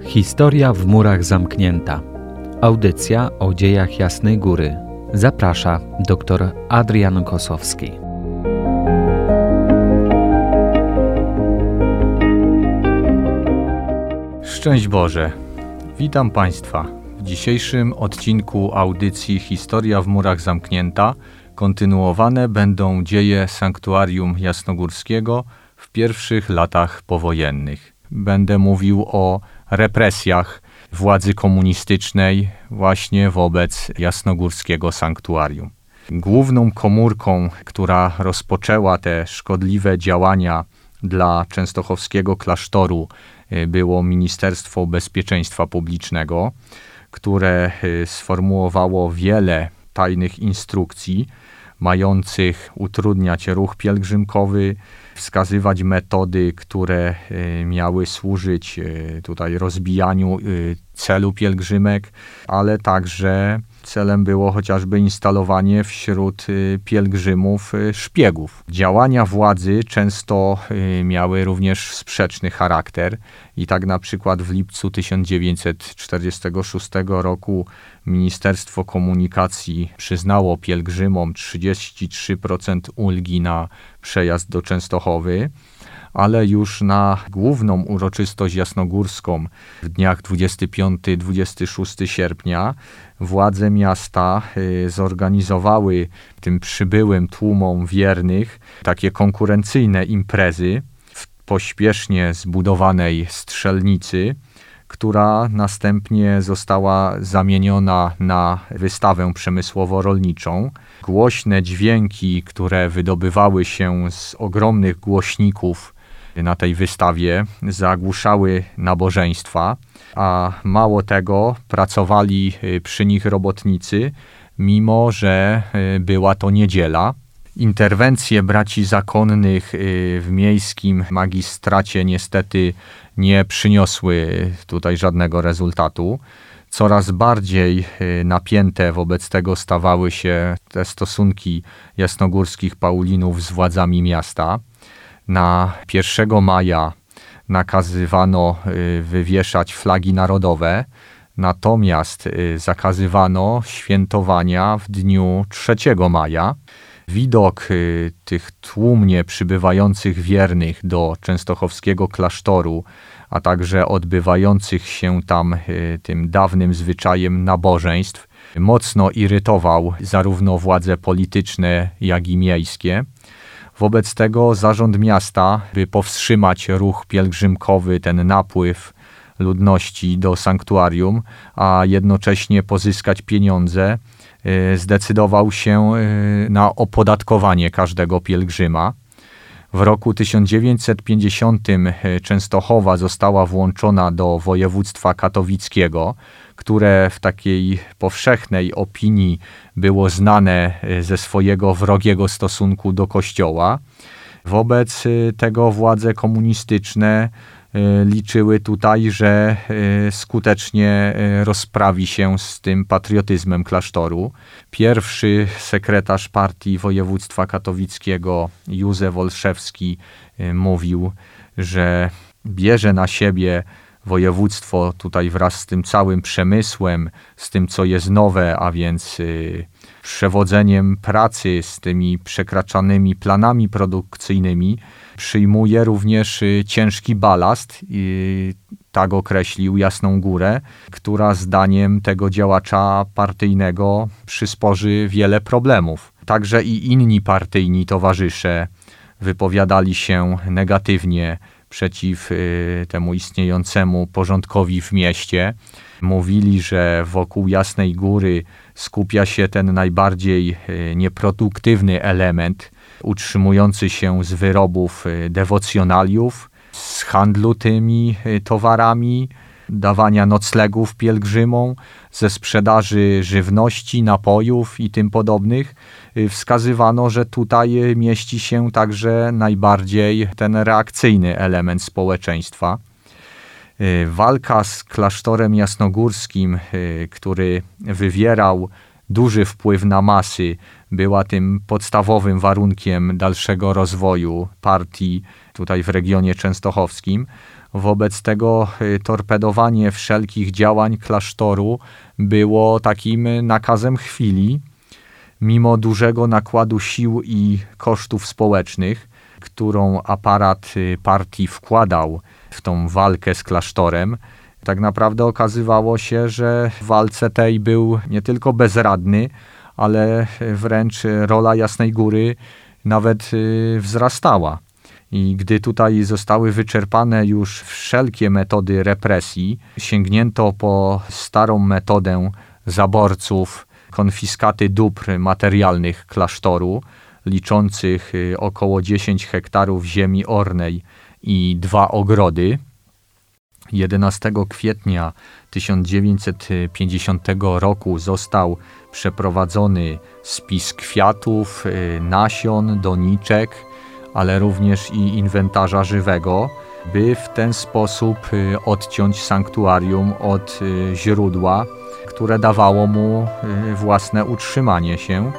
Historia w murach zamknięta. Audycja o dziejach Jasnej Góry. Zaprasza dr Adrian Kosowski. Szczęść Boże! Witam Państwa. W dzisiejszym odcinku audycji Historia w murach zamknięta kontynuowane będą dzieje Sanktuarium Jasnogórskiego w pierwszych latach powojennych. Będę mówił o represjach władzy komunistycznej właśnie wobec Jasnogórskiego Sanktuarium. Główną komórką, która rozpoczęła te szkodliwe działania dla częstochowskiego klasztoru, było Ministerstwo Bezpieczeństwa Publicznego, które sformułowało wiele tajnych instrukcji mających utrudniać ruch pielgrzymkowy, wskazywać metody, które miały służyć tutaj rozbijaniu celu pielgrzymek, ale także celem było chociażby instalowanie wśród pielgrzymów szpiegów. Działania władzy często miały również sprzeczny charakter i tak na przykład w lipcu 1946 roku Ministerstwo Komunikacji przyznało pielgrzymom 33% ulgi na przejazd do Częstochowy, ale już na główną uroczystość jasnogórską w dniach 25-26 sierpnia władze miasta zorganizowały tym przybyłym tłumom wiernych takie konkurencyjne imprezy w pośpiesznie zbudowanej strzelnicy, która następnie została zamieniona na wystawę przemysłowo-rolniczą. Głośne dźwięki, które wydobywały się z ogromnych głośników na tej wystawie, zagłuszały nabożeństwa, a mało tego, pracowali przy nich robotnicy, mimo że była to niedziela. Interwencje braci zakonnych w miejskim magistracie niestety nie przyniosły tutaj żadnego rezultatu. Coraz bardziej napięte wobec tego stawały się te stosunki jasnogórskich Paulinów z władzami miasta. Na 1 maja nakazywano wywieszać flagi narodowe, natomiast zakazywano świętowania w dniu 3 maja. Widok tych tłumnie przybywających wiernych do częstochowskiego klasztoru, a także odbywających się tam tym dawnym zwyczajem nabożeństw, mocno irytował zarówno władze polityczne, jak i miejskie. Wobec tego zarząd miasta, by powstrzymać ruch pielgrzymkowy, ten napływ ludności do sanktuarium, a jednocześnie pozyskać pieniądze, zdecydował się na opodatkowanie każdego pielgrzyma. W roku 1950 Częstochowa została włączona do województwa katowickiego, które w takiej powszechnej opinii było znane ze swojego wrogiego stosunku do Kościoła. Wobec tego władze komunistyczne liczyły tutaj, że skutecznie rozprawi się z tym patriotyzmem klasztoru. Pierwszy sekretarz partii województwa katowickiego Józef Olszewski mówił, że bierze na siebie województwo tutaj wraz z tym całym przemysłem, z tym co jest nowe, a więc przewodzeniem pracy, z tymi przekraczanymi planami produkcyjnymi, przyjmuje również ciężki balast, i tak określił Jasną Górę, która zdaniem tego działacza partyjnego przysporzy wiele problemów. Także i inni partyjni towarzysze wypowiadali się negatywnie przeciw temu istniejącemu porządkowi w mieście. Mówili, że wokół Jasnej Góry skupia się ten najbardziej nieproduktywny element, utrzymujący się z wyrobów dewocjonaliów, z handlu tymi towarami, dawania noclegów pielgrzymom, ze sprzedaży żywności, napojów i tym podobnych. Wskazywano, że tutaj mieści się także najbardziej ten reakcyjny element społeczeństwa. Walka z klasztorem jasnogórskim, który wywierał duży wpływ na masy, była tym podstawowym warunkiem dalszego rozwoju partii tutaj w regionie częstochowskim. Wobec tego torpedowanie wszelkich działań klasztoru było takim nakazem chwili, mimo dużego nakładu sił i kosztów społecznych, którą aparat partii wkładał w tą walkę z klasztorem. Tak naprawdę okazywało się, że w walce tej był nie tylko bezradny, ale wręcz rola Jasnej Góry nawet wzrastała. I gdy tutaj zostały wyczerpane już wszelkie metody represji, sięgnięto po starą metodę zaborców, konfiskaty dóbr materialnych klasztoru, liczących około 10 hektarów ziemi ornej i 2 ogrody. 11 kwietnia 1950 roku został przeprowadzony spis kwiatów, nasion, doniczek, ale również i inwentarza żywego, by w ten sposób odciąć sanktuarium od źródła, które dawało mu własne utrzymanie się.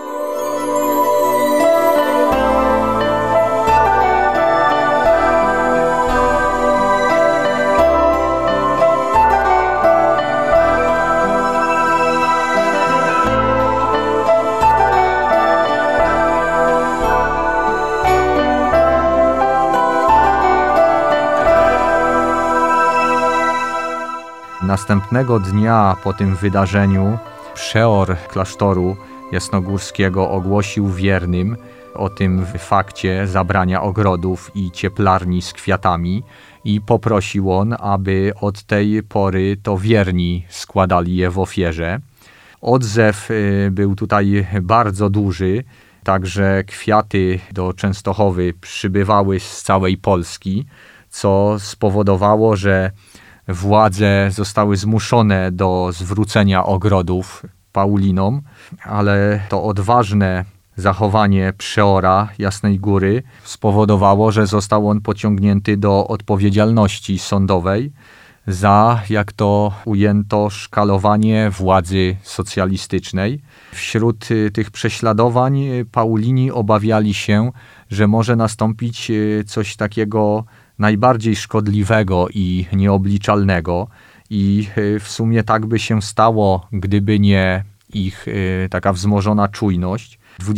Następnego dnia po tym wydarzeniu przeor klasztoru jasnogórskiego ogłosił wiernym o tym fakcie zabrania ogrodów i cieplarni z kwiatami i poprosił on, aby od tej pory to wierni składali je w ofierze. Odzew był tutaj bardzo duży, także kwiaty do Częstochowy przybywały z całej Polski, co spowodowało, że władze zostały zmuszone do zwrócenia ogrodów Paulinom, ale to odważne zachowanie przeora Jasnej Góry spowodowało, że został on pociągnięty do odpowiedzialności sądowej za, jak to ujęto, szkalowanie władzy socjalistycznej. Wśród tych prześladowań Paulini obawiali się, że może nastąpić coś takiego najbardziej szkodliwego i nieobliczalnego i w sumie tak by się stało, gdyby nie ich taka wzmożona czujność.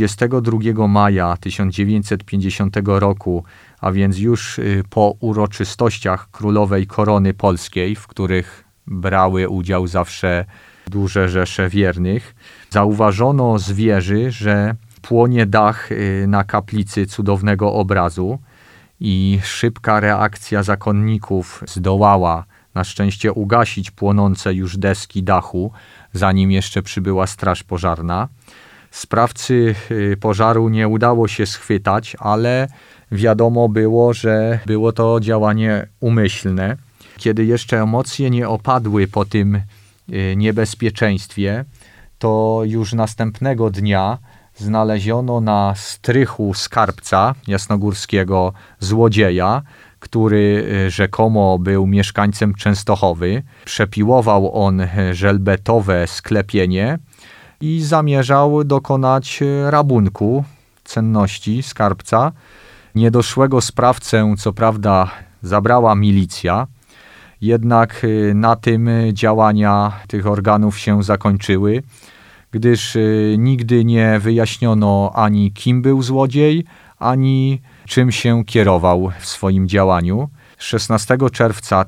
22 maja 1950 roku, a więc już po uroczystościach Królowej Korony Polskiej, w których brały udział zawsze duże rzesze wiernych, zauważono z wieży, że płonie dach na kaplicy Cudownego Obrazu i szybka reakcja zakonników zdołała na szczęście ugasić płonące już deski dachu, zanim jeszcze przybyła straż pożarna. Sprawcy pożaru nie udało się schwytać, ale wiadomo było, że było to działanie umyślne. Kiedy jeszcze emocje nie opadły po tym niebezpieczeństwie, to już następnego dnia znaleziono na strychu skarbca jasnogórskiego złodzieja, który rzekomo był mieszkańcem Częstochowy. Przepiłował on żelbetowe sklepienie i zamierzał dokonać rabunku cenności skarbca. Niedoszłego sprawcę, co prawda, zabrała milicja, jednak na tym działania tych organów się zakończyły, gdyż nigdy nie wyjaśniono ani kim był złodziej, ani czym się kierował w swoim działaniu. 16 czerwca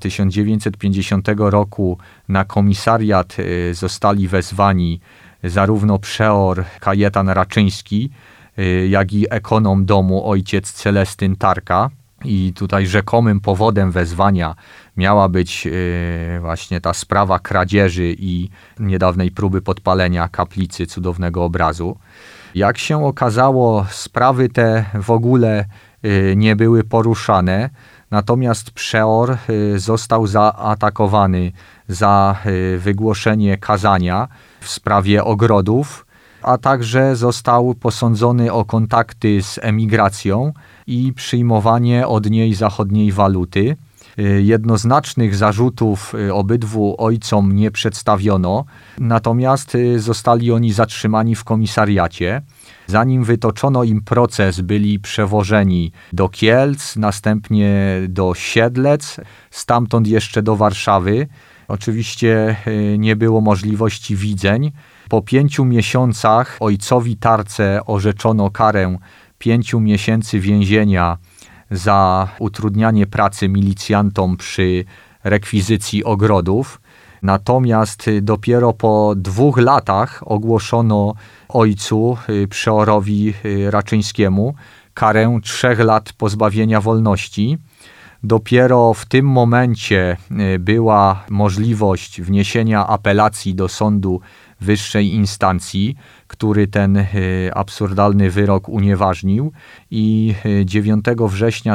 1950 roku na komisariat zostali wezwani zarówno przeor Kajetan Raczyński, jak i ekonom domu ojciec Celestyn Tarka. I tutaj rzekomym powodem wezwania miała być właśnie ta sprawa kradzieży i niedawnej próby podpalenia kaplicy Cudownego Obrazu. Jak się okazało, sprawy te w ogóle nie były poruszane, natomiast przeor został zaatakowany za wygłoszenie kazania w sprawie ogrodów, a także został posądzony o kontakty z emigracją i przyjmowanie od niej zachodniej waluty. Jednoznacznych zarzutów obydwu ojcom nie przedstawiono, natomiast zostali oni zatrzymani w komisariacie. Zanim wytoczono im proces, byli przewożeni do Kielc, następnie do Siedlec, stamtąd jeszcze do Warszawy. Oczywiście nie było możliwości widzeń. Po 5 miesiącach ojcowi Tarce orzeczono karę 5 miesięcy więzienia za utrudnianie pracy milicjantom przy rekwizycji ogrodów. Natomiast dopiero po 2 latach ogłoszono ojcu, przeorowi Raczyńskiemu, karę 3 lat pozbawienia wolności. Dopiero w tym momencie była możliwość wniesienia apelacji do sądu wyższej instancji, który ten absurdalny wyrok unieważnił i 9 września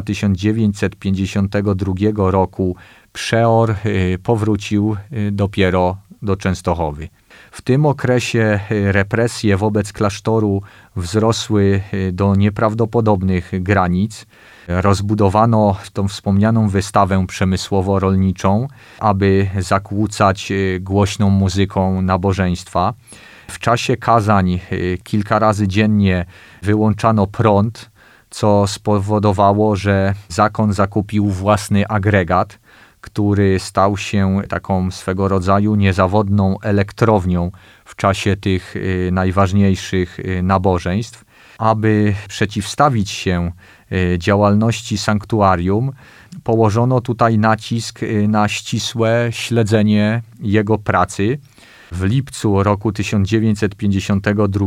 1952 roku przeor powrócił dopiero do Częstochowy. W tym okresie represje wobec klasztoru wzrosły do nieprawdopodobnych granic. Rozbudowano tą wspomnianą wystawę przemysłowo-rolniczą, aby zakłócać głośną muzyką nabożeństwa. W czasie kazań kilka razy dziennie wyłączano prąd, co spowodowało, że zakon zakupił własny agregat, który stał się taką swego rodzaju niezawodną elektrownią w czasie tych najważniejszych nabożeństw. Aby przeciwstawić się działalności sanktuarium, położono tutaj nacisk na ścisłe śledzenie jego pracy. W lipcu roku 1952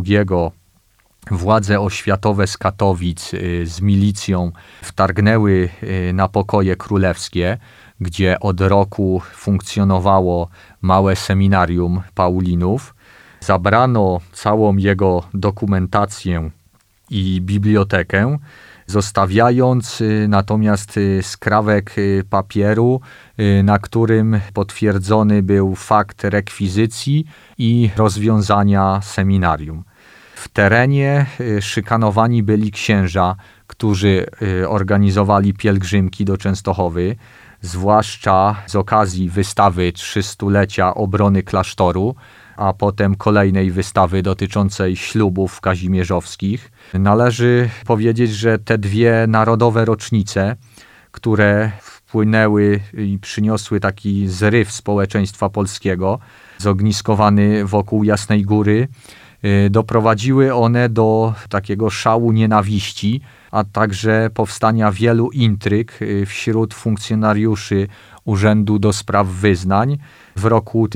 władze oświatowe z Katowic z milicją wtargnęły na pokoje królewskie, gdzie od roku funkcjonowało małe seminarium Paulinów. Zabrano całą jego dokumentację i bibliotekę, zostawiając natomiast skrawek papieru, na którym potwierdzony był fakt rekwizycji i rozwiązania seminarium. W terenie szykanowani byli księża, którzy organizowali pielgrzymki do Częstochowy, zwłaszcza z okazji wystawy 300-lecia obrony klasztoru, a potem kolejnej wystawy dotyczącej ślubów kazimierzowskich. Należy powiedzieć, że te 2 narodowe rocznice, które wpłynęły i przyniosły taki zryw społeczeństwa polskiego, zogniskowany wokół Jasnej Góry, doprowadziły one do takiego szału nienawiści, a także powstania wielu intryg wśród funkcjonariuszy Urzędu do Spraw Wyznań w roku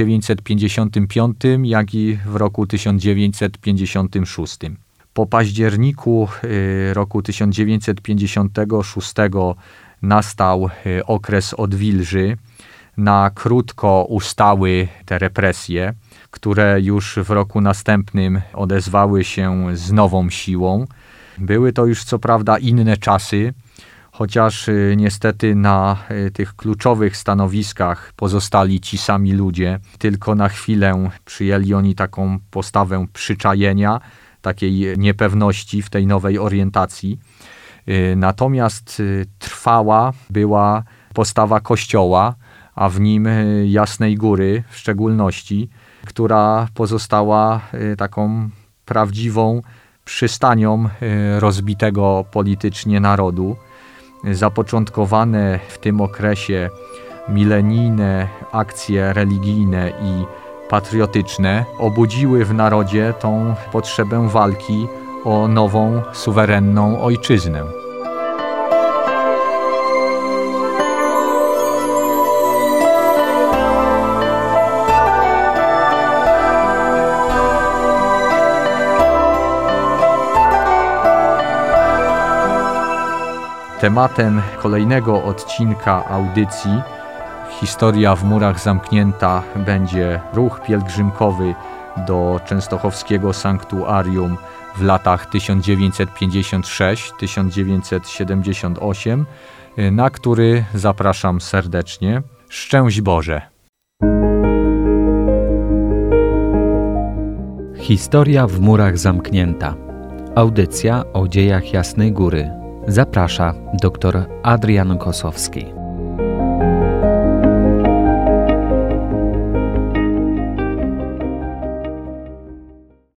1955, jak i w roku 1956. Po październiku roku 1956 nastał okres odwilży. Na krótko ustały te represje, które już w roku następnym odezwały się z nową siłą. Były to już co prawda inne czasy, chociaż niestety na tych kluczowych stanowiskach pozostali ci sami ludzie. Tylko na chwilę przyjęli oni taką postawę przyczajenia, takiej niepewności w tej nowej orientacji. Natomiast trwała była postawa Kościoła, a w nim Jasnej Góry w szczególności, która pozostała taką prawdziwą przystanią rozbitego politycznie narodu. Zapoczątkowane w tym okresie milenijne akcje religijne i patriotyczne obudziły w narodzie tą potrzebę walki o nową, suwerenną ojczyznę. Tematem kolejnego odcinka audycji Historia w murach zamknięta będzie ruch pielgrzymkowy do częstochowskiego sanktuarium w latach 1956-1978, na który zapraszam serdecznie. Szczęść Boże! Historia w murach zamknięta. Audycja o dziejach Jasnej Góry. Zaprasza dr Adrian Kosowski.